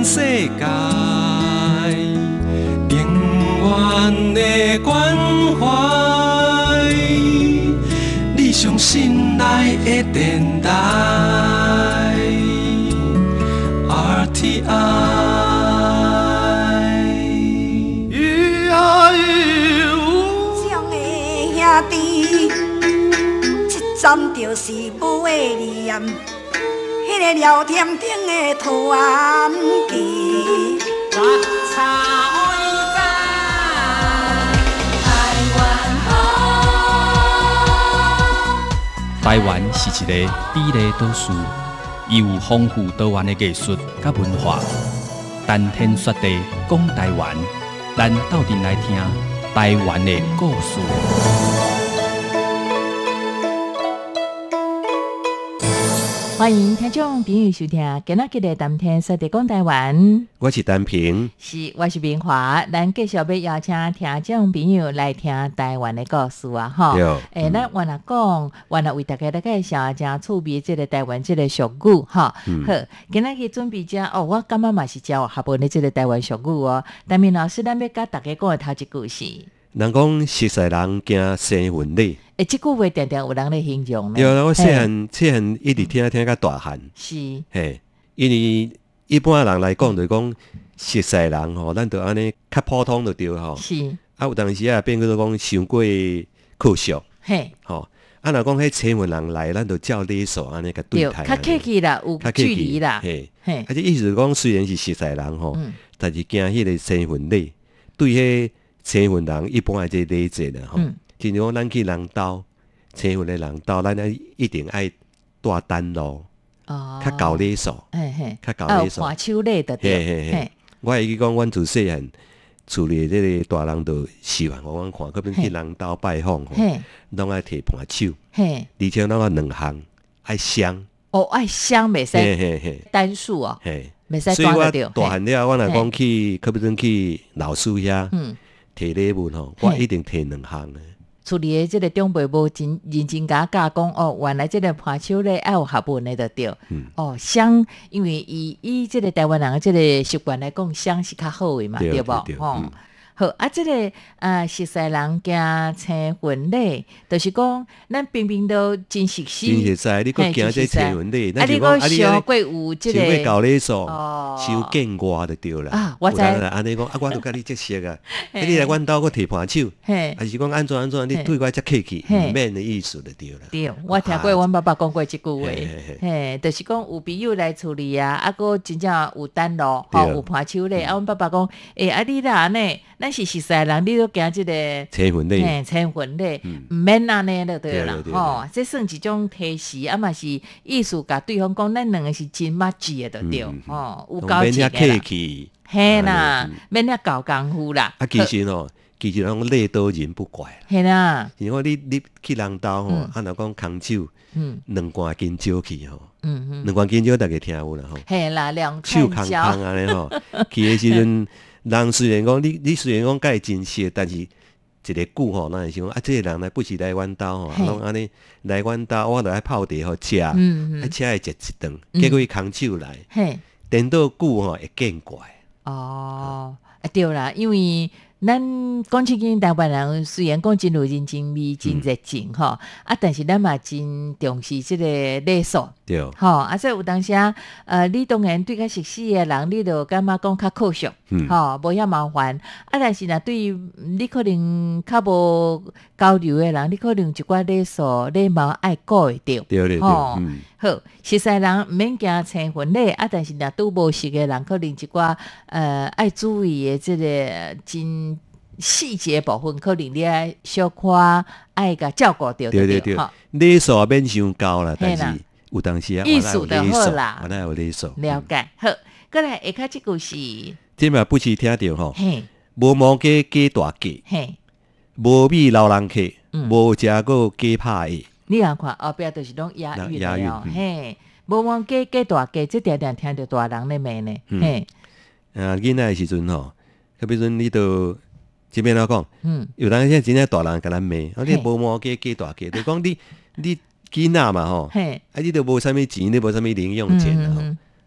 全世界，永远的关怀，你上心爱的电台 RTI。 将的兄弟，一站就是母的念，迄个聊天顶的传奇。 台湾是一个美丽都市，伊有丰富多元的艺术甲文化。谈天说地讲台湾，咱斗阵来听台湾的故事。 欢迎听众朋友收听今仔日的谈天说地讲台湾， 我是单平， 我是明华，咱继续要邀请听众朋友来听台湾的故事啊！吼，咱原来讲，原来为大家来介绍真趣味这个台湾这个俗语哈。好，今仔日准备这我感觉嘛是教学本的这个台湾俗语哦。但明老师，咱要甲大家讲的头一句是。 人讲熟悉人惊生婚礼， 这句话常常有人咧形容呢。 有啦，我细汉一直听到大汉。 是。 嘿，因为一般人来讲就讲熟悉人吼，咱就安尼较普通就对吼。 是。 啊，有当时啊变做讲伤过可惜。 嘿。 吼，啊，若讲迄生婚人来，咱就照礼数安尼甲对待。 较客气啦，有距离啦。 嘿。啊，这意思是讲，虽然是熟悉人吼，但是惊迄个生婚礼对迄。生婚人一般的这礼节啦吼，亲像咱去人兜，生婚的人兜，咱一定爱带单咯，较搞礼数，较搞礼数， 看手礼的对。 我会记讲，阮自细汉厝里这个大人都希望我看，可能去人兜拜访吼，拢爱摕盘手，而且拢有两项爱香， 爱香袂使单数哦，袂使所以我大汉了，我若讲去，可能去老师遐。摕礼物吼，我一定摕两项的。 厝里的这个长辈无真认真甲教讲原来这个伴手礼爱有学问的就对。香，因为以这个台湾人的这个习惯来讲，香是较好的嘛，对无？好这个熟悉人惊生婚礼，就是讲咱平平都真熟悉， 真熟悉，你佫惊这生婚礼， 你佫想过有这个， 想过搞礼数，想见我就对啦。 我知安尼讲，我都甲你接熟啊，你来阮兜佫摕盘手，还是讲安怎，你对我遮客气，毋免的意思就对啦。 对，我听过阮爸爸讲过即句话，就是讲有朋友来处理啊，佫真正有单咯，有盘手礼，阮爸爸讲，你啦安尼。咱是熟悉人，你都惊即个生婚礼， 生婚礼，毋免安尼就对啦。这算一种提示，嘛是意思甲对方讲，咱两个是真默契的，就对。有交情的啦。嘿啦，免遐搞功夫啦。 其实讲礼多人不怪。 嘿啦， 因为你去人兜吼，若讲空手，两罐金蕉去吼，两罐金蕉大家听有啦吼。 嘿啦，两手空空安尼吼，去的时阵。人虽然讲你虽然讲甲伊真熟，但是一个句吼，咱会想这个人来不是来阮兜吼，拢安尼来阮兜，我著爱泡茶互食，请伊食一顿，结果伊空手来，颠倒句吼会见怪。 对啦，因为咱讲起台湾人，虽然讲真有认真味、真热情吼，但是咱嘛真重视这个礼数， 对， 所以有当时你当然对较熟悉的人，你就感觉讲较可惜，无遐麻烦。但是若对你可能较无交流的人，你可能一寡礼数礼貌爱顾会着， 对， 好，熟悉人毋免惊生婚礼，但是若拄无熟的人，可能一寡爱注意的这个真细节部分，可能你爱小可爱甲照顾着， 对，礼数免伤高啦，但是有当时意思就好啦， 我有礼数， 了解。好，过来下骹即句是， 即嘛不时听着吼，无毛鸡鸡大鸡，无米老人客，无食过鸡拍的。 你也看后壁就是拢押韵了，无毛鸡鸡大鸡，即常常听着大人咧骂呢， 囡仔的时阵吼，比如说你都这边来讲，有当时真正大人甲咱骂，你无毛鸡鸡大鸡，就讲你囡仔嘛吼，你都无啥物钱，你无啥物零用钱啦吼，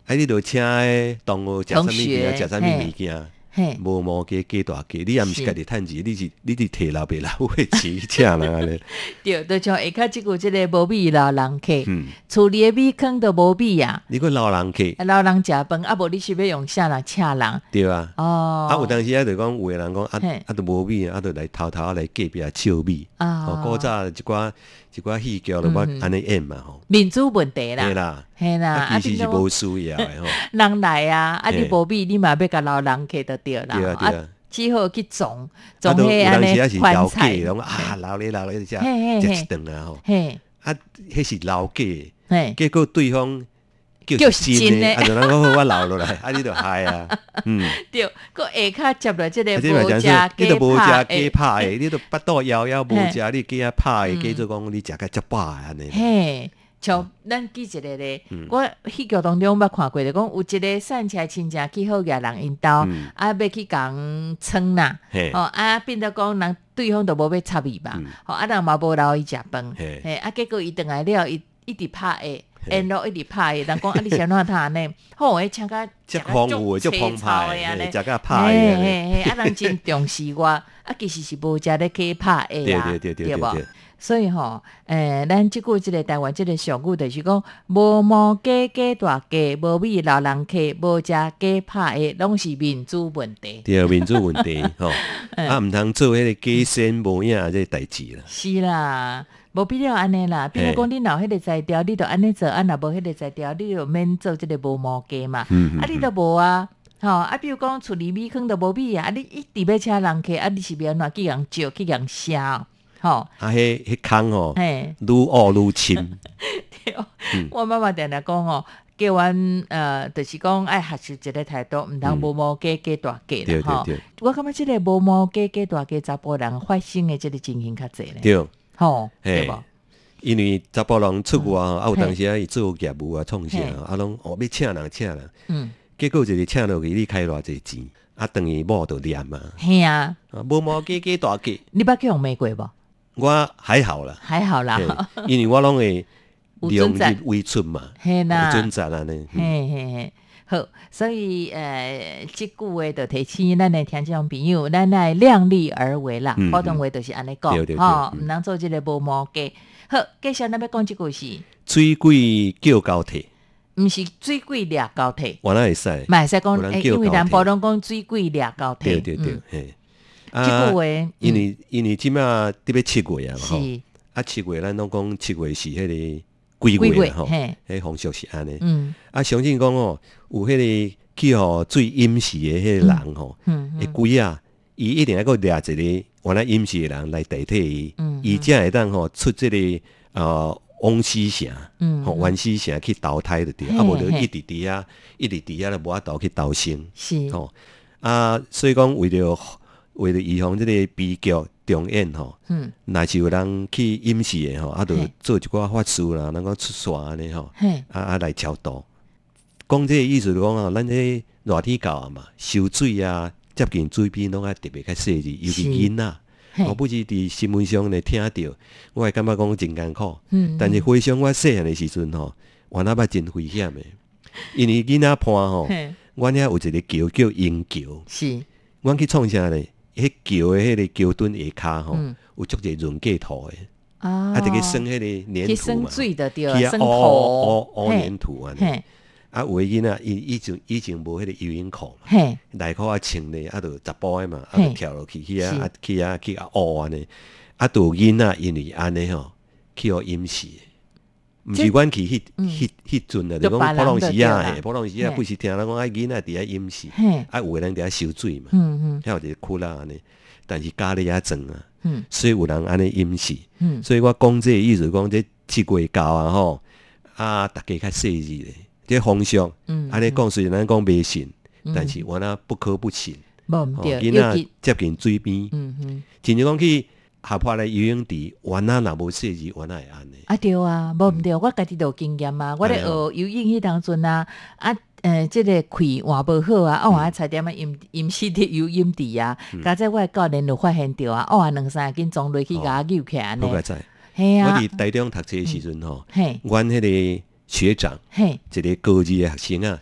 你著请迄同学食啥物件，食啥物物件。 嘿， 无毛鸡鸡大鸡，你也毋是家己趁钱，你是摕老爸老母的钱请人安尼。 对，就像下骹即句即个无米老人客，厝里的米坑都无米啊。 你个老人客， 老人食饭，啊无你是要用啥人请人？ 对啊。 哦。 有当时就讲有的人讲都无米，都来偷来隔壁笑米。 啊。 古早一寡戏剧就我安尼演嘛吼。 民主问题啦。 对啦。 嘿啦。 其实是无需要的吼。 人来啊，你无米，你嘛要甲老人客就对啦。 对啊对啊。 只好去种迄安尼饭菜。 老咧食一顿啊吼。 嘿。 迄是老假。 嘿。 结果对方。 就是真的， 就人讲我留落来，你就嗨啊， 对，佮下骹接落即个无食你都无食鸡拍的， 你都巴肚枵枵无食，你鸡啊拍的，叫做讲你食甲足饱安尼。 嘿，像咱记一个咧，我戏剧当中捌看过，就讲有一个散车亲戚去好野人因兜，要去共撑啦，变得讲人对方都无要插伊吧，人嘛无留伊食饭，结果伊转来了，一直拍的。沿路一直拍的，人讲你想哪他安尼，好诶，请甲足丰富诶，足澎湃诶，食甲拍诶， 人真重视我，其实是无食咧去拍诶啦，对无？所以吼，咱即句即个台湾即个俗语就是讲，无毛鸡鸡大鸡，无米老人客，无食鸡拍诶，拢是民主问题。 对，民主问题吼，毋通做迄个鸡先无影这代志啦。 是啦。无必要安尼啦，比如讲你若迄个材料，你著安尼做，若无迄个材料，你著免做即个无毛鸡嘛。你都无啊，比如讲厝里米坑都无米啊，你一直要请人客，你是要安怎去人招去人写吼？ 迄空吼，愈恶愈深。 对，我妈妈定定讲叫阮就是讲爱学习一个态度，毋通无毛鸡鸡大鸡啦吼。我感觉即个无毛鸡鸡大鸡查甫人发生的即个情形较济咧。 对。 吼，对无？ 因为查甫人出外有当时伊做业务创啥拢要请人，结果就是请落去，你开偌济钱，等于某就念嘛。 嘿啊， 无毛鸡鸡大鸡。 你捌去用玫瑰无？ 我还好啦，因为我拢会量入为出嘛， 嘿啦， 准则安尼。 嘿。好，所以即句话就提醒咱的听众朋友，咱来量力而为啦。普通话就是安尼讲，毋能做即个无毛鸡。好，继续咱要讲即句是水鬼叫交替， 毋是水鬼掠交替， 我哪会使？ 嘛会使讲，因为咱普通讲水鬼掠交替。 对，嘿。 即句话， 因为即马伫要7月啊，吼，7月咱拢讲7月是迄个。鬼月吼，迄风俗是安尼。相信讲有迄个去最阴时的迄个人吼，鬼啊，伊一定要个掠一个原来阴时的人来代替伊，才会当出这个王死城，冤死城去投胎就对，无就一直伫遐就无法度去投生。 是所以讲为了预防这个悲剧。重演吼，若是有人去阴视的吼，就做一寡法事啦，人讲出山安尼吼，来超度。讲这个意思就讲咱这热天到啊嘛，收水啊，接近水边拢爱特别较细致，尤其囡仔。我不是伫新闻上咧听到，我会感觉讲真艰苦。但是回想我细汉的时阵吼，原来捌真危险的，因为囡仔伴吼，阮遐有一个桥叫鹰桥， 是， 阮去创啥咧？迄桥的迄个桥墩下骹吼，有足侪润芥土的，就去生迄个粘土嘛，去生水的对，生土，粘土安尼。有诶囡仔以前无迄个游泳裤嘛，内裤穿咧，就十步的嘛，就跳落去去安尼，就有囡仔因为安尼吼，去互淹死。毋是阮去迄阵啊，就讲普通时啊，不是听人讲囡仔伫遐淹死，有个人伫遐收水嘛，遐有一个窟窿安尼，但是家里遐脏啊，所以有人安尼淹死，所以我讲这个意思讲这7月到啊吼，大家较细致咧，这风俗安尼讲虽然咱讲迷信，但是我那不可不信，囡仔接近水边，真正讲去。下坡来游泳池，原来若无细致，原来会安尼。 对啊，无毋对，我家己都有经验啊。我咧学游泳迄当阵啊，即个气换无好啊，我差点淹死伫游泳池啊。加在我教练就发现着啊，2、3斤撞落去，甲救起安尼。 我知， 系啊。 我伫台中读册的时阵吼，阮迄个学长，一个高二的学生啊，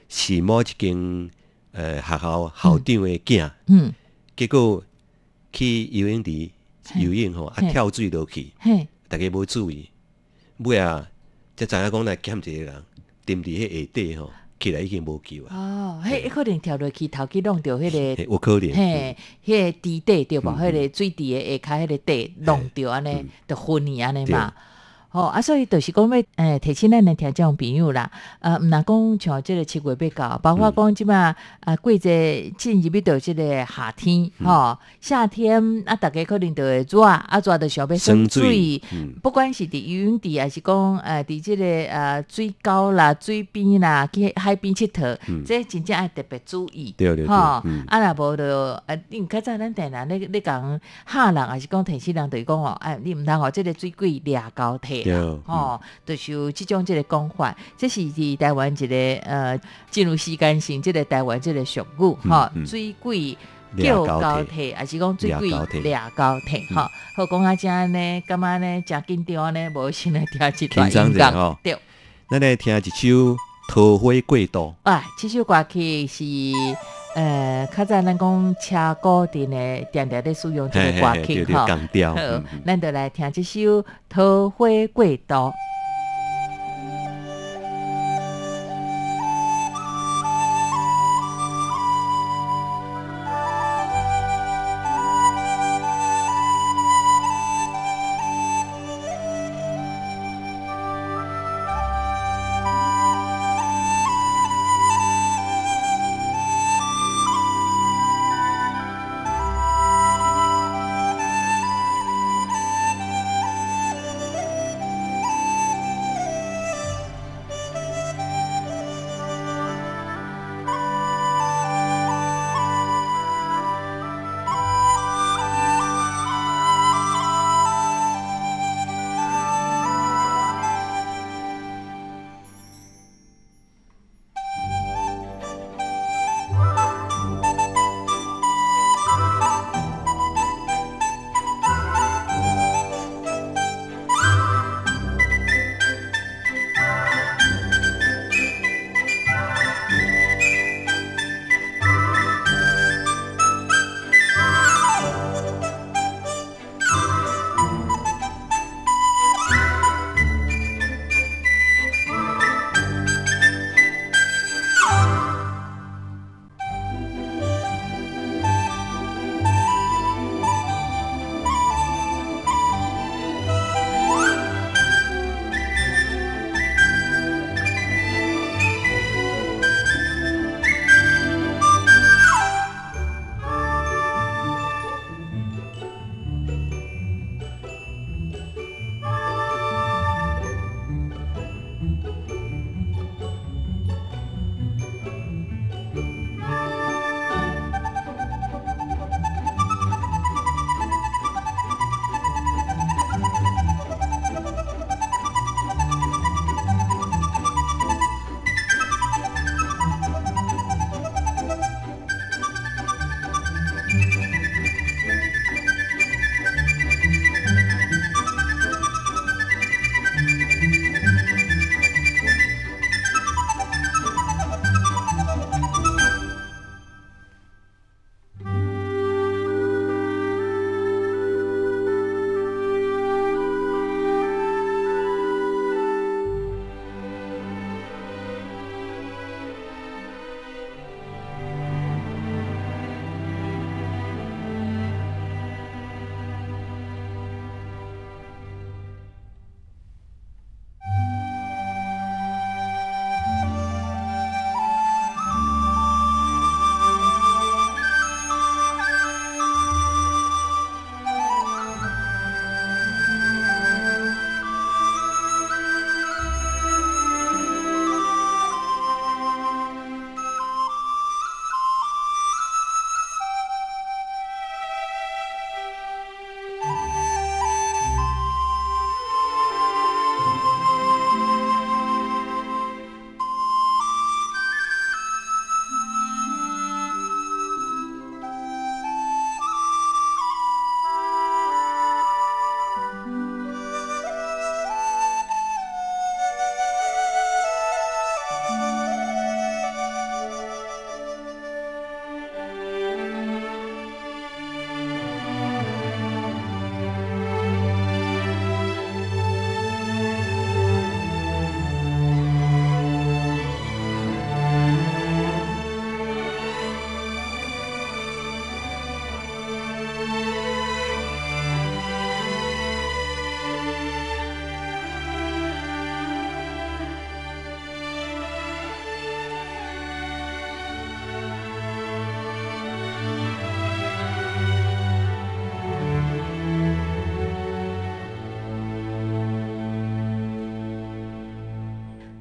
是某一间学校校长的囝， 嗯， 结果去游泳池游泳吼，跳水落去， 嘿， 大家无注意，尾啊，才知影讲来捡一个人，沉伫迄下底吼，起来已经无救啊， 哦，迄可能跳落去头去弄着迄个。 有可能， 嘿，迄个池底对无？迄个水池的下骹迄个底弄着安尼，就昏去安尼嘛。所以就是讲要提醒咱的听众朋友啦，毋若讲像即个7月要到，包括讲即马季节进入到即个夏天，夏天大家可能就会热，热就想要生水，不管是伫游泳池还是讲伫即个水沟啦、水边啦，去海边佚佗，这真正爱特别注意， 对， 若无就因为较早咱定人咧讲吓人，还是讲提醒人，就是讲你毋通即个水鬼掠高体。就是有即种即个讲法，这是伫台湾一个进入时间性，即个台湾即个俗语水鬼叫高体，还是讲水鬼掠高体好讲啊，这呢，感觉呢，真紧张呢，无先来听一段音乐，对， 咱来听一首《桃花过道》。 这首歌曲是。较早咱讲车古镇的常常咧使用这个歌曲好， 咱就来听这首《桃花过道》。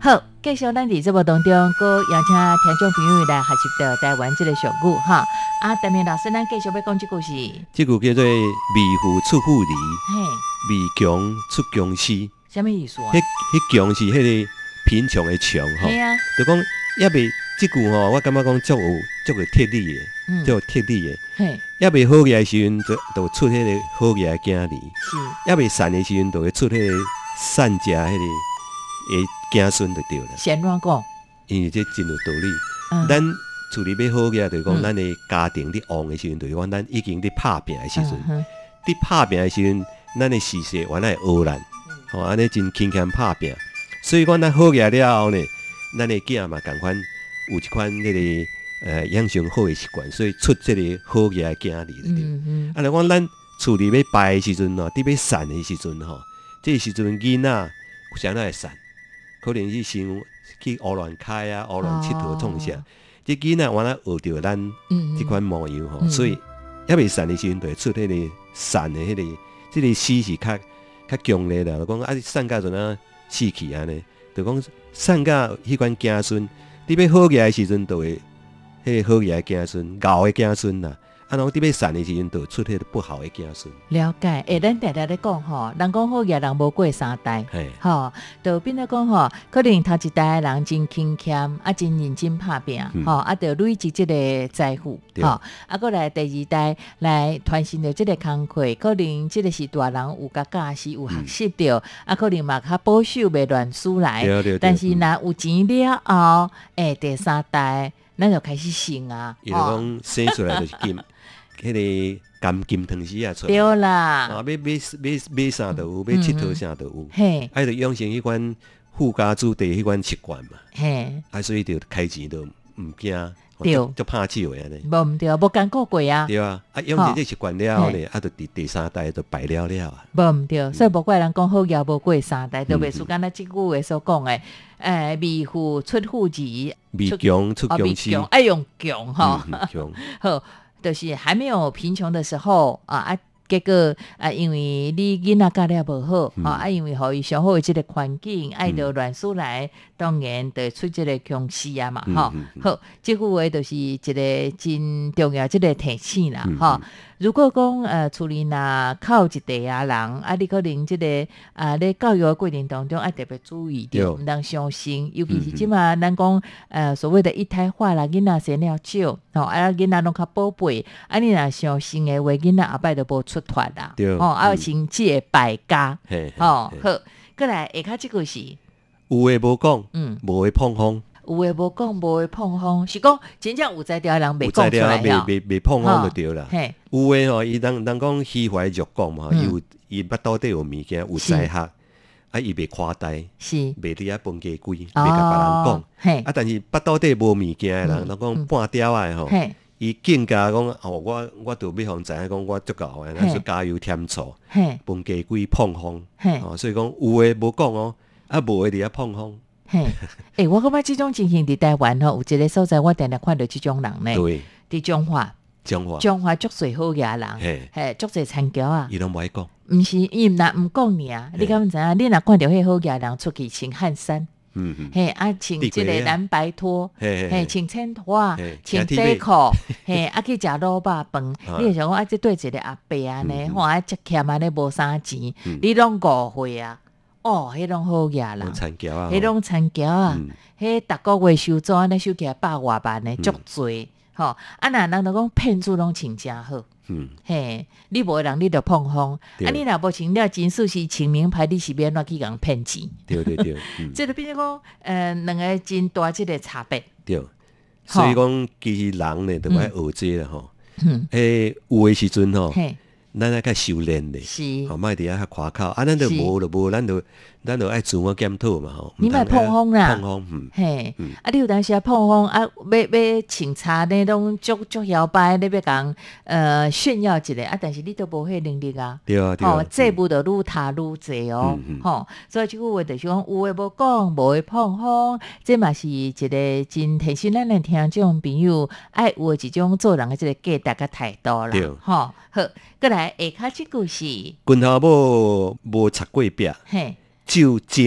好，继续咱伫节目当中，搁邀请听众朋友来学习到台湾这个俗语哈。啊，陈明老师，咱继续要讲这故事。 这句叫做微富出富离， 嘿， 微强出强势。 什么意思啊？ 迄强是迄个贫穷的穷吼。 对啊， 就讲也未即句吼，我感觉讲足有铁力的，足有铁力的。 嘿， 也未好业的时阵，就出迄个好业的囝儿； 是也未善的时阵，就会出迄个善家迄个的囝孙就对了。 先乱讲， 因为这真有道理。 嗯咱厝里要好业，就是讲咱的家庭伫旺的时阵，就是讲咱已经伫拍拼的时阵，伫拍拼的时阵，咱的事业原来会学难，吼，安尼真勤俭拍拼。所以讲咱好业了后呢，咱的囝嘛共款有一款迄个养成好的习惯，所以出这个好业的囝儿就对。啊，来讲咱厝里要败的时阵吼，伫要善的时阵吼，这时阵囡仔谁会善？可能是先去乌乱开啊，乌乱佚佗创啥？这囡仔原来学着咱这款模样吼，所以也未善的时阵，就会出迄个善的迄个，这个死是较强烈啦。就讲啊，善到阵啊死去安尼，就讲善到迄款子孙，你要好业的时阵，就会迄个好业的子孙、牛的子孙啦。啊，然后你要善的时阵，就出迄个不好的子孙。 了解，咱常常咧讲吼，人讲好业，人无过三代，吼，就变做讲吼，可能头一代的人真勤俭，啊，真认真拍拼，吼，啊，就累积这个财富，吼，啊，过来第二代来传承着这个工课，可能这个是大人有甲教识，有学习着，啊，可能嘛较保守，袂乱输来，但是若有钱了后，第三代咱就开始生啊， 伊就讲生出来就是金。迄个甘金汤匙啊出来， 对啦， 啊，买啥都有，要佚佗啥都有， 嘿， 啊，就养成迄款富家子弟迄款习惯嘛， 嘿， 啊，所以就开钱都毋惊， 对， 就拍手的安尼， 无毋对，无艰苦过啊， 对啊，啊，养成这习惯了后呢，啊，就第三代就败了啊， 无毋对，所以无怪人讲好业无过三代，就袂输敢若即句话所讲的，微富出富离， 微强出强势， 爱用强吼， 强， 好。就是还没有贫穷的时候啊，结果因为你囡仔教了无好，因为互伊上好的这个环境，爱着乱出来，当然就出这个强势啊嘛，好，这句话就是一个真重要这个提醒啦，如果讲厝里若靠一代人啊，你可能这个咧教育的过程当中特别注意着，毋通伤心，尤其是即嘛咱讲所谓的一胎化啦，囡仔生了少，囡仔拢较宝贝，你若伤心的话，囡仔后摆就无出脱啦，甚至会败家，好，过来下骹即句是有话无讲，无话碰风。 有话无讲，无话碰风，是讲真正有才调人袂讲出来了， 袂碰风就对啦。有话吼，伊人讲虚怀若讲嘛，伊巴肚底有物件，有才学，啊，伊袂夸大， 是袂伫遐分家规，袂甲别人讲。啊，但是巴肚底无物件的人，人讲半吊的吼，伊更加讲哦，我就要互知影讲我足够的，咱说加油添醋，分家规碰风，所以讲有话无讲哦，啊无话伫遐碰风。 我感觉这种情形伫台湾吼，有一个所在我常常看到这种人呢， 对， 伫中华足侪好嘢人，足侪参教啊， 伊拢无爱讲， 毋是伊毋讲尔，你敢知影？你若看到迄好嘢人出去穿汗衫，穿即个蓝白拖，穿衬拖，穿短裤，去食卤肉饭，你会想讲这对一个阿伯安尼，足欠安尼无啥钱，你拢误会啊。迄种好嘢啦，迄种参教啊，迄逐个月收租安尼收起来100多万呢，足多吼。若人就讲骗子拢穿真好，你无人你就碰风，你若无穿了真属是穿名牌，你是要怎去共骗钱？ 对， 这就变成讲两个真大即个差别。 对，所以讲其实人呢，就爱学这啦吼。有的时阵吼。咱爱较修炼咧，吼，莫伫遐较夸口，咱就无就无，咱就爱自我检讨嘛，吼。 你莫碰风啦， 碰风， 你有当时碰风要穿插那种足摇摆，你要讲炫耀一下但是你都无迄能力啊， 对啊， 这步就愈踏愈济哦，所以这句话就是讲，有话无讲，无话碰风，这嘛是一个真提醒咱的听众朋友爱有一种做人的这个价值甲态度啦，好，过来。下骹即句是拳头无擦过壁，酒精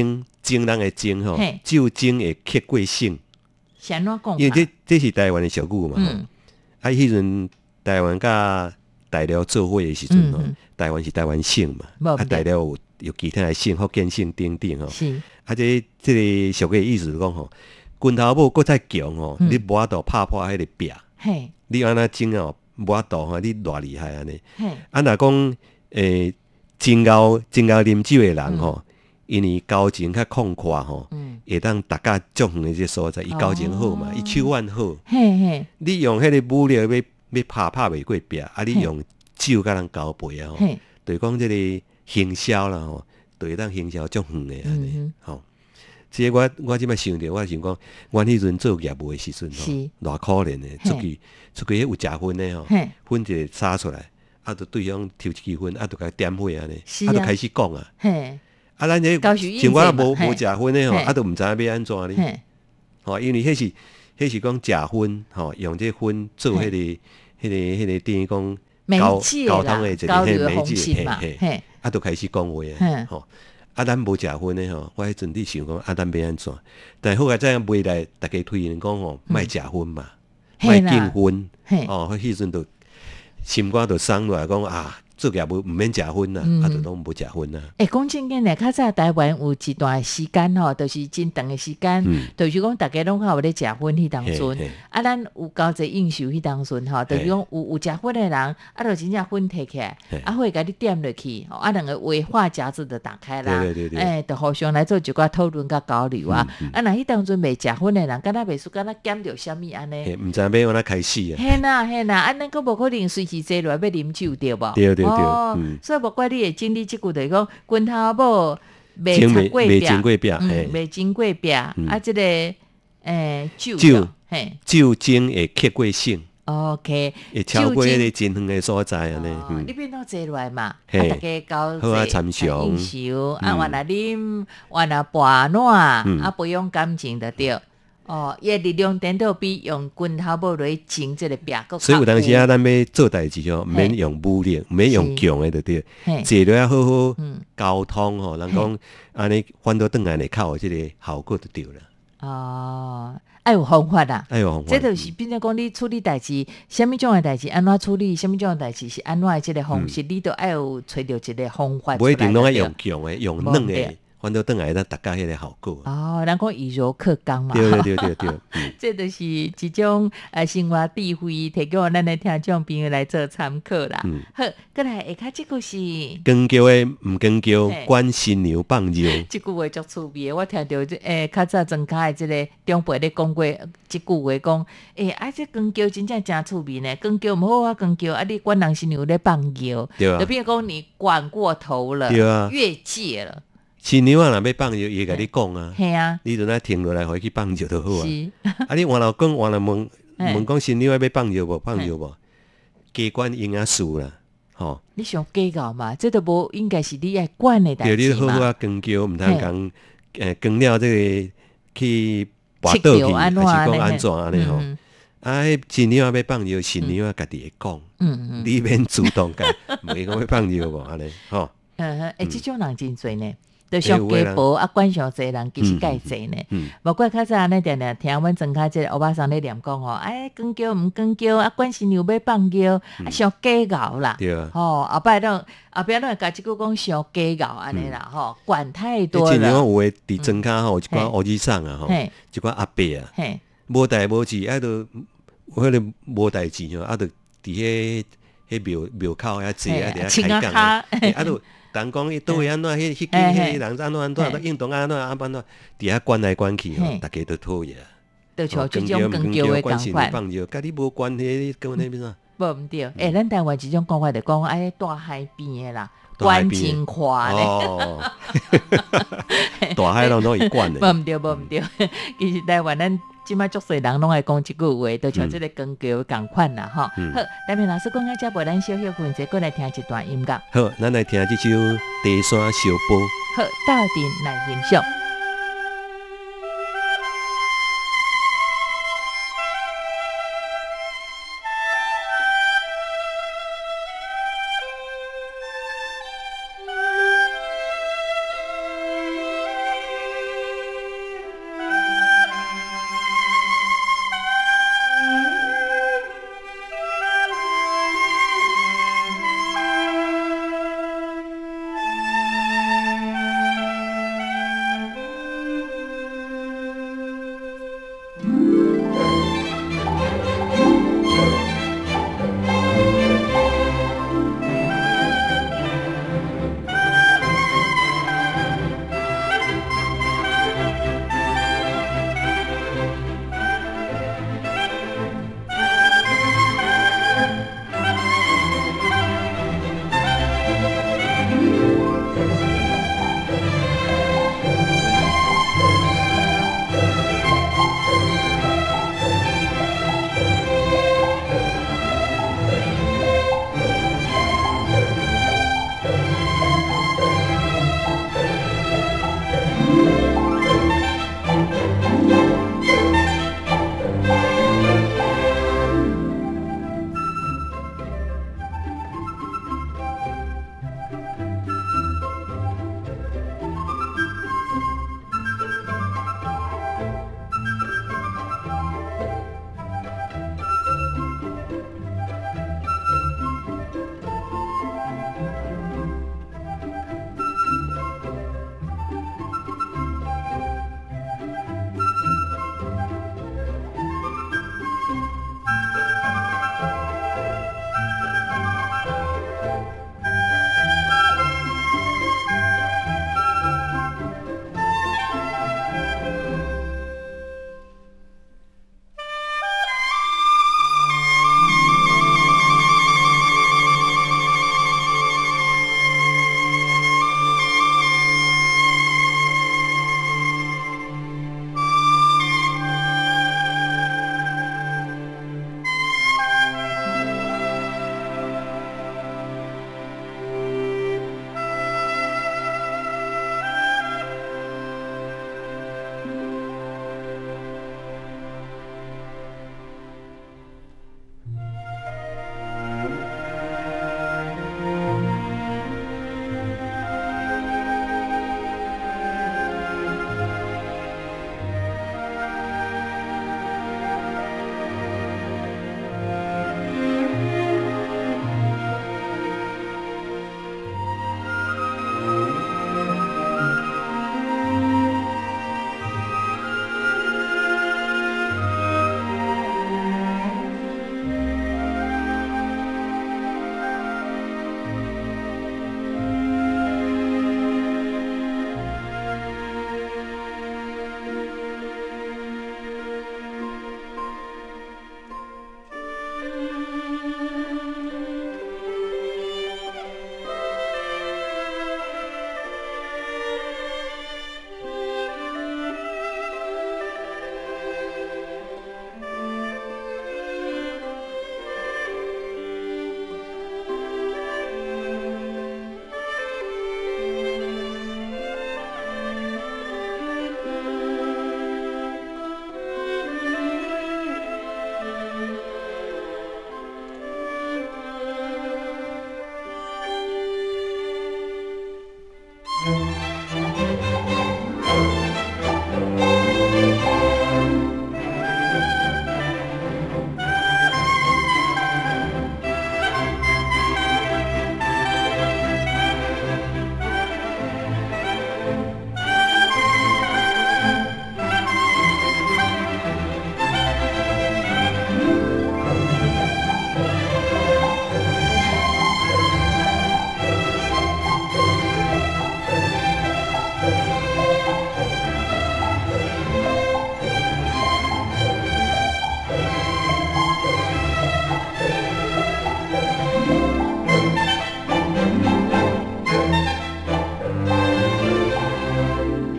情人的情吼嘿， 就情会刻过性， 是安怎讲因为法？ 这是台湾的俗语嘛。 嗯啊，迄阵台湾甲大陆做伙的时阵吼嗯嗯， 台湾是台湾省嘛，啊， 无毋对大陆有其他的省，福建省等等吼。 是， 啊，这个俗语的意思是讲吼，拳头母搁再强吼， 嗯你无法度拍破迄个壁， 嘿， 你安那整哦，无法度吼，你偌厉害安尼。 嘿， 啊，若讲真够啉酒的人吼，因为交情较旷阔吼， 嗯， 会当达到足远的这所在，伊交情好嘛，伊手腕好。 嘿嘿， 你用迄个武力要拍袂过壁，啊，你用酒甲人交配啊吼， 嘿， 就是讲即个行销啦吼，就会当行销足远的安尼吼。即个我即摆想着，我想讲，阮迄阵做业务的时阵吼是， 偌可怜的，出去迄有食薰的吼嘿， 薰一个撒出来，啊，就对方抽一支薰，啊，就甲点火安尼， 是啊就开始讲啊， 嘿， 啊，咱这高手应像我者嘛嘿无食薰的吼， 嘿啊，都毋知影要安怎哩， 嘿， 吼，因为迄是讲食薰吼，用这薰做迄个等于讲媒交介啦交通的一，个交流的方媒介， 式嘛，嘿， 啊，就开始讲话嘿啊，吼。啊，咱无食薰的吼，我迄阵伫想讲，啊，咱要安怎？但好在这样未来，大家推荐讲吼，莫食薰嘛，莫嘿啦敬薰， 嘿哦，迄阵就心肝就松落来讲啊，做业务毋免食薰啦，啊，就拢无食薰啦。 讲真紧咧，较早台湾有一段时间吼，就是真长的时间，就是讲大家拢较有咧食薰迄当阵嘿嘿， 啊，咱有交济应酬迄当阵吼，就是讲有食薰的人，啊，就真正薰摕起来，啊，会甲你点落去，啊，两个话话匣子就打开啦，就互相来做一寡讨论甲交流啊，啊，若迄当阵未食薰的人，敢若袂输，敢若减着啥物安尼， 毋知要安怎开始啊？ 嘿呐嘿呐，啊，咱佫无可能随时坐落来要啉酒对无？ 对， 所以无怪你会经历即句，就是讲拳头某未经擦过壁， 未经过壁嘿未经过壁，啊，即个酒酒嘿酒精会刻过性， ，OK， 会超过酒精迄个真远的所在安尼。 你变到坐落来嘛，啊， 嘿大家交好啊际参详应酬，啊，原来啉，原来跋暖，啊，培养感情就对。哦，伊的力量颠倒比用拳头某来争即个壁， 所以有当时啊，咱要做代志吼，毋免用武力，毋免用强的，就对。坐落来好好沟通吼，人讲安尼反倒转来会较有即个效果就对了。 哦，爱有方法啦， 哎呦， 这就是变成讲你处理代志，什物种的代志安怎处理，什物种的代志是安怎的即个方式，你都爱有找到一个方法出来。 不一定拢爱用强的，用软的无对， 反倒转来咱达到迄个效果。 哦，人讲以柔克刚嘛， 对， 这就是一种生活智慧，提供咱的听众朋友来做参考啦。好，过来下骹即句是。 光叫的毋光叫，管新娘放尿。 即句话足趣味的，我听到较早庄脚的即个长辈咧讲过即句话，讲这光叫真正真趣味呢。光叫毋好啊，光叫啊，你管人新娘咧放尿， 对啊就变讲你管过头了， 对啊越界了。 新娘啊，若要放尿，伊会甲你讲啊。 系啊， 你就来停落来，互伊去放尿就好啊。 是啊，你换了讲，换了问讲新娘要放尿无？放尿无？加管应啊事啦，吼。 你想计较嘛？这都无应该是你爱管的代对， 志嘛。 你好好啊，光叫毋通讲光了这个去跋倒去，还是讲安怎安尼吼？啊，迄新娘要放尿，新娘家己会讲，你免主动讲，袂讲要放尿无安尼，吼。 即种人真侪呢。就上家婆啊，管上侪人其实介侪呢。无怪较早安尼定定听阮庄脚即个欧巴桑咧念讲吼，光叫毋光叫啊，管新娘要放尿啊，上计较啦。 对啊。 吼，后摆拢后壁拢会甲即句讲上计较安尼啦，吼，管太多了。 真有诶，伫庄脚吼，有一寡乌子桑啊，吼，一寡阿伯啊，无代无志，啊，都迄个无代志吼，啊，都伫迄庙口遐坐啊，伫遐开讲啊，都。人讲伊倒位安怎，迄人安怎安怎，应当安怎安怎，伫遐管来管去吼，大家都讨厌。 就像即种光叫的讲法， 放尿，甲你无关系，你讲那边啊？ 无毋对，咱台湾即种讲法就讲大海边的啦，管真宽咧。 哦，大海拢会管的。 无毋对，其实台湾咱即摆足侪人拢爱讲即句话，就像即个光叫共款啦，吼。好，台面老师讲遮无咱小休困者，过来听一段音乐。 好，咱来听即首《地山小波》。 好，斗阵来欣赏。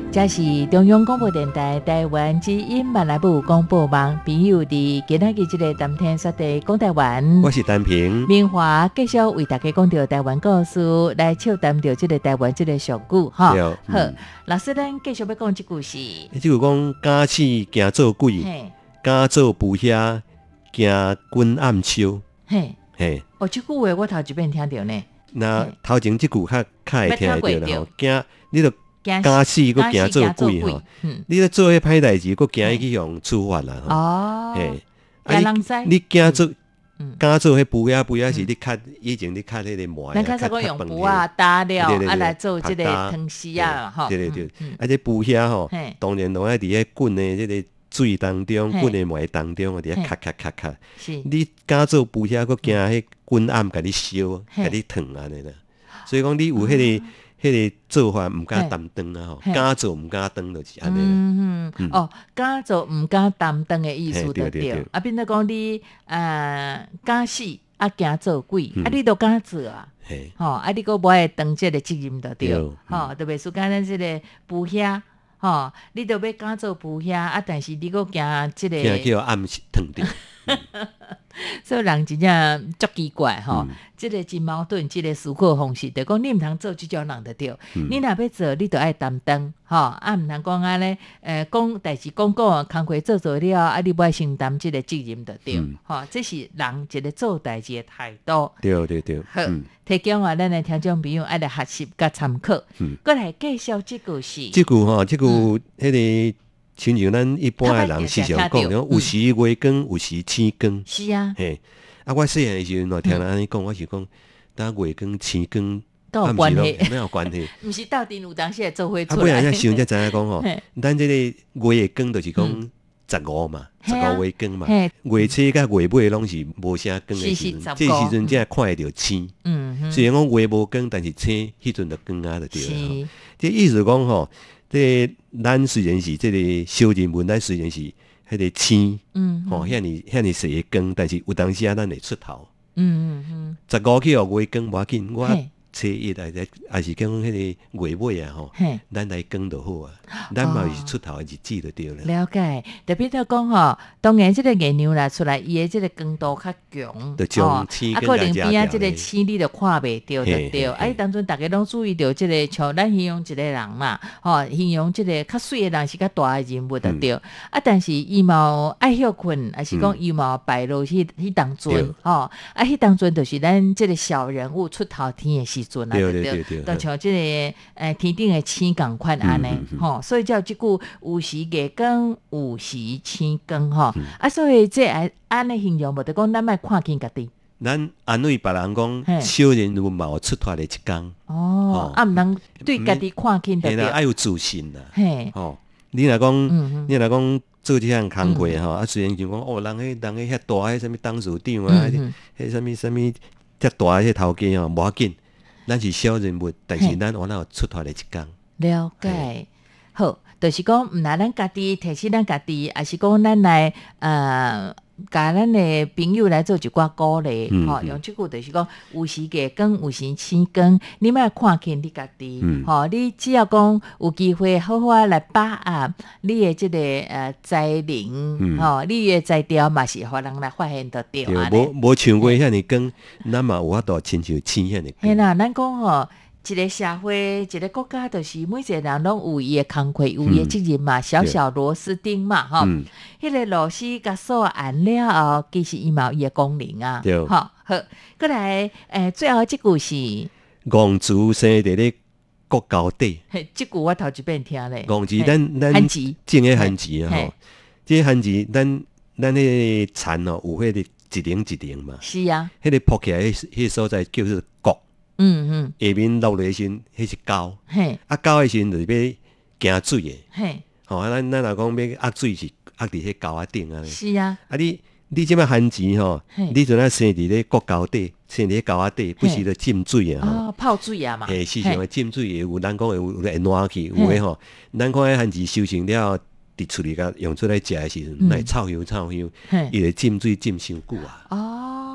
这是中央广播电台台湾之音马来部广播网朋友伫今仔日这个谈天说地讲台湾， 我是单平明华继续为大家讲到台湾故事，来笑谈到这个台湾这个俗语哈。好，老师咱继续要讲这故事。 这句讲假死惊做鬼，假做布遐惊滚暗秋。 嘿， 嘿， 哦，这句话我头一遍听到呢。 那头前这句较会听得到啦吼，惊你著假死佫惊做鬼吼，你咧做迄歹代志，佫惊伊去用处罚啦吼。 哦， 嘿， 你惊做。敢做迄布遐是你卡以前你卡迄个糜， 咱较早讲用布啊打了，啊来做即个汤丝啊，吼。 对，啊这布遐吼，当然拢爱伫迄滚的即个水当中，滚的糜当中，伫遐咔。你敢做布遐，佫惊迄滚暗甲你烧，甲你烫安尼啦。所以讲你有迄个做法毋敢担当啊吼，敢做毋敢当就是安尼啦。 哦，敢做毋敢担当的意思就对。啊，变做讲你敢死啊，惊做鬼，啊你都敢做啊，吼，啊你佫无爱当这个责任就对，吼，特别是讲咱这个布遐，吼，你都要敢做布遐啊，但是你佫惊这个惊叫暗烫着。 所以人真正足奇怪吼，这个真矛盾，这个思考方式，就讲你毋通做这种人就对，你若要做，你就爱担当，吼，啊毋通讲安尼，讲代志讲工课做了，啊你不爱承担这个责任就对，吼，这是人一个做代志的态度。 对， 好，提供咱的听众朋友爱来学习甲参考，过来介绍这句是。 这句吼，迄个。亲像咱一般的人时常讲，有时月光，有时星光。 是啊， 嘿，啊，我细汉的时阵，我听人安尼讲，我是讲，当月光、星光， 都有关系， 没有关系。 毋是到底有当时会做伙出来。 啊，不然想才知影讲吼，咱这个月光就是讲15嘛，15月光嘛，月初甲月尾拢是无啥光的时阵，这时阵才看会到星。虽然讲月无光，但是星迄阵就光啊，就对了。这意思讲吼。这咱虽然是这个小人物，咱虽然是迄个星，吼，遐尼细的光，但是有当时啊，咱会出头。15去月光无要紧，我初一还是讲迄个月尾啊吼，咱来光就好啊，咱嘛是出头的日子就对了。 了解，特别在讲吼，当然这个月亮啦出来，伊的这个光度较强， 哦， 啊，可能边啊这个星你就看袂到就对。啊，当阵大家拢注意到这个，像咱形容一个人嘛，吼，形容这个较水的人是较大的人物就对。啊，但是伊嘛爱休困，还是讲伊嘛败落去迄当阵，吼，啊，迄当阵就是咱这个小人物出头天的时阵啊，对，就像这个天顶的星共款安尼，吼，所以叫这句有时月光，有时星光，吼，啊，所以这安尼形容无得讲，咱莫看轻家己。 咱安慰别人讲，小人物嘛有出头的一天。 哦，啊，毋通对家己看轻就对。 爱有自信啦。 嘿， 吼，你若讲做这项工课吼，啊，虽然就讲哦，人遐遐大，迄什么董事长啊，迄什么遮大迄头家吼，无要紧。咱是小人物，但是咱往哪有出头的一天。 了解，好，就是讲毋拿咱家己提醒咱家己，还是讲咱来甲咱的朋友来做一寡鼓励，吼，用这句就是讲有时月光，有时星光，你莫看轻你家己，吼，你只要讲有机会好好来把握你的这个才能，吼，你的才调嘛是互人来发现得到安尼。 无像过遐尼光，咱嘛有法度亲像星遐尼光。 嘿啦，咱讲吼。一个社会，一个国家，就是每一个人拢有伊的工课，有伊的责任嘛，小小螺丝钉嘛，吼。迄个螺丝甲锁按了后，其实伊嘛有伊的功能啊。 对， 好，过来，最后这句是戆猪生伫咧国高底。 这句我头一遍听咧。 戆猪，咱番薯， 种的番薯啊，吼。这番薯，咱迄个田哦，有迄个一层一层嘛。 是啊。 迄个铺起来，迄个所在叫做角。下面落来时，迄是沟。啊，沟的时就是要惊水的。吼，咱若讲要压水是压伫迄沟仔顶啊。 是啊。 啊，你即摆番薯吼，你阵啊生伫咧国沟底，生伫咧沟仔底，不是咧浸水啊。 哦，泡水啊嘛。 时常会浸水，有人讲有暖气，有诶吼。咱看迄番薯收成了，伫厝里甲用出来食的时阵，乃臭香，伊会浸水浸伤久啊。 哦。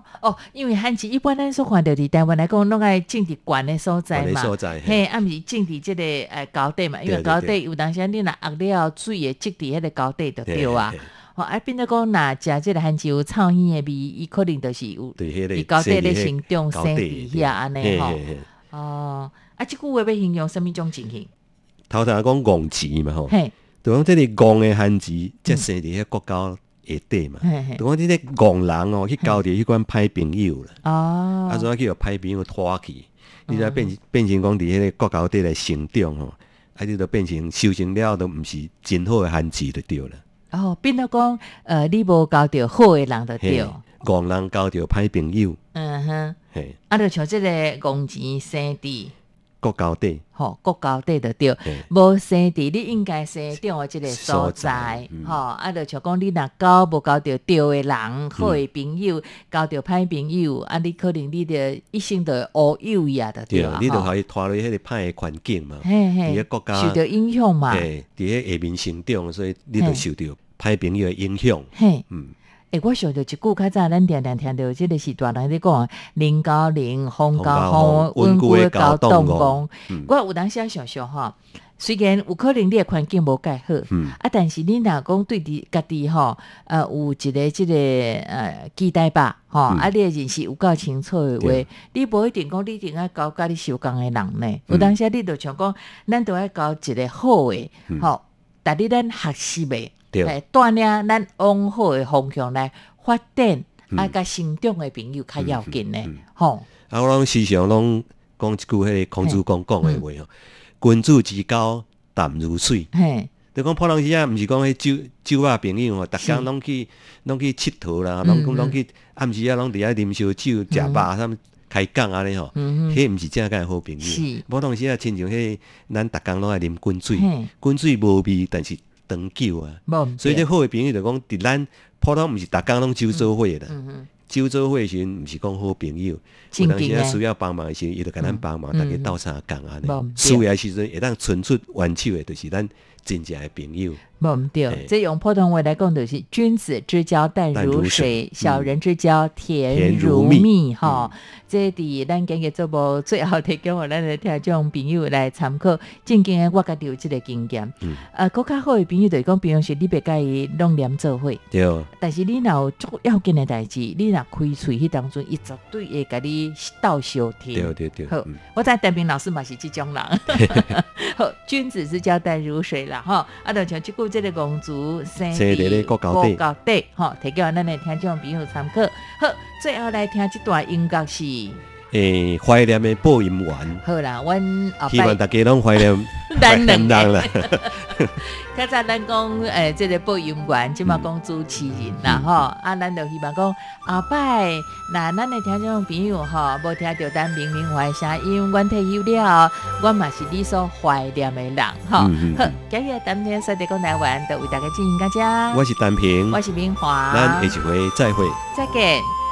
因为旱季一般咱所看到伫台湾来讲，拢爱种伫悬的所在嘛，嘿，毋是种伫即个高地嘛，因为高地有当时你若压了水会积伫迄个高地就对啊。变做讲若食即个旱季有臭耳的味，伊可能就是有伫高地咧生长生伫遐安尼吼。即句话要形容什么种情形？ 头讲戆钱嘛吼，就讲即个戆的旱季，即生伫迄国高下底嘛，就讲即个戆人去交着迄款歹朋友啦。所以去互歹朋友拖去，你才变成讲伫迄个国高底来成长吼，你就变成修成了都毋是真好的旱季就对了。 变到讲你无交着好的人就对。 戆人交着歹朋友。 就像即个戆钱生伫国高底， 国高底就对，无生伫你应该生长的即个所在，就像讲你若交无交着对的人，好的朋友，交着歹朋友，你可能你的一生就乌有呀，就对啊。 你就互伊拖落迄个歹的环境嘛，伫个国家受到影响嘛， 伫个下面成长，所以你就受到歹朋友的影响。 我想到一句较早，咱常常听到，即个是大人咧讲，人交人，风交风，温故交冻公。我有当时想想吼，虽然有可能你的环境无介好，但是你若讲对伫家己吼，有一个即个期待吧，你的认识有够清楚的话，你无一定讲你一定要交甲你相共的人呢。有当时你就像讲，咱都要交一个好的，但你咱学习的。带领咱往好的方向来发展，甲成长的朋友较要紧呢。 我拢时常拢讲一句迄个孔子讲的话君子之交淡如水。就讲普通时毋是讲迄酒肉朋友逐工拢去佚佗啦，拢去暗时拢伫遐啉烧酒、食肉啥物开讲安尼迄毋是正经好朋友。普通时亲像迄咱逐工拢爱啉滚水，滚水无味，但是长久啊，所以这好的朋友就讲，伫咱普通毋是逐工拢酒做伙啦。酒做伙时毋是讲好朋友，有当时需要帮忙的时，伊就甲咱帮忙，大家斗相共安尼。需要的时阵会当伸出援手的，就是咱真正的朋友。 毋对，这用普通话来讲，就是君子之交淡如水，小人之交甜如蜜。这伫咱今日节目最后提供互咱的听众朋友来参考。正经的，我家己有这个经验。更较好的朋友就是讲，平常时你别甲伊拢黏做伙。 对。 但是你若有足要紧的代志，你若开喙迄当中，伊绝对会甲你斗相听。 对。 好，我知陈平老师嘛是这种人。好，君子之交淡如水啦，就像这句。这个公主生伫国高底，提供咱的听众朋友参考。好，最后来听这段音乐是怀念的播音员。 好啦，阮希望大家拢怀念咱人啦。 较早咱讲这个播音员，即嘛讲主持人啦咱就希望讲后摆，那咱的听众朋友无听到咱明明怀声音，阮退休了，阮嘛是你所怀念的人好，今日谈天说地讲台湾，就为大家进行到这。 我是单平， 我是明华， 咱下一回再会， 再见。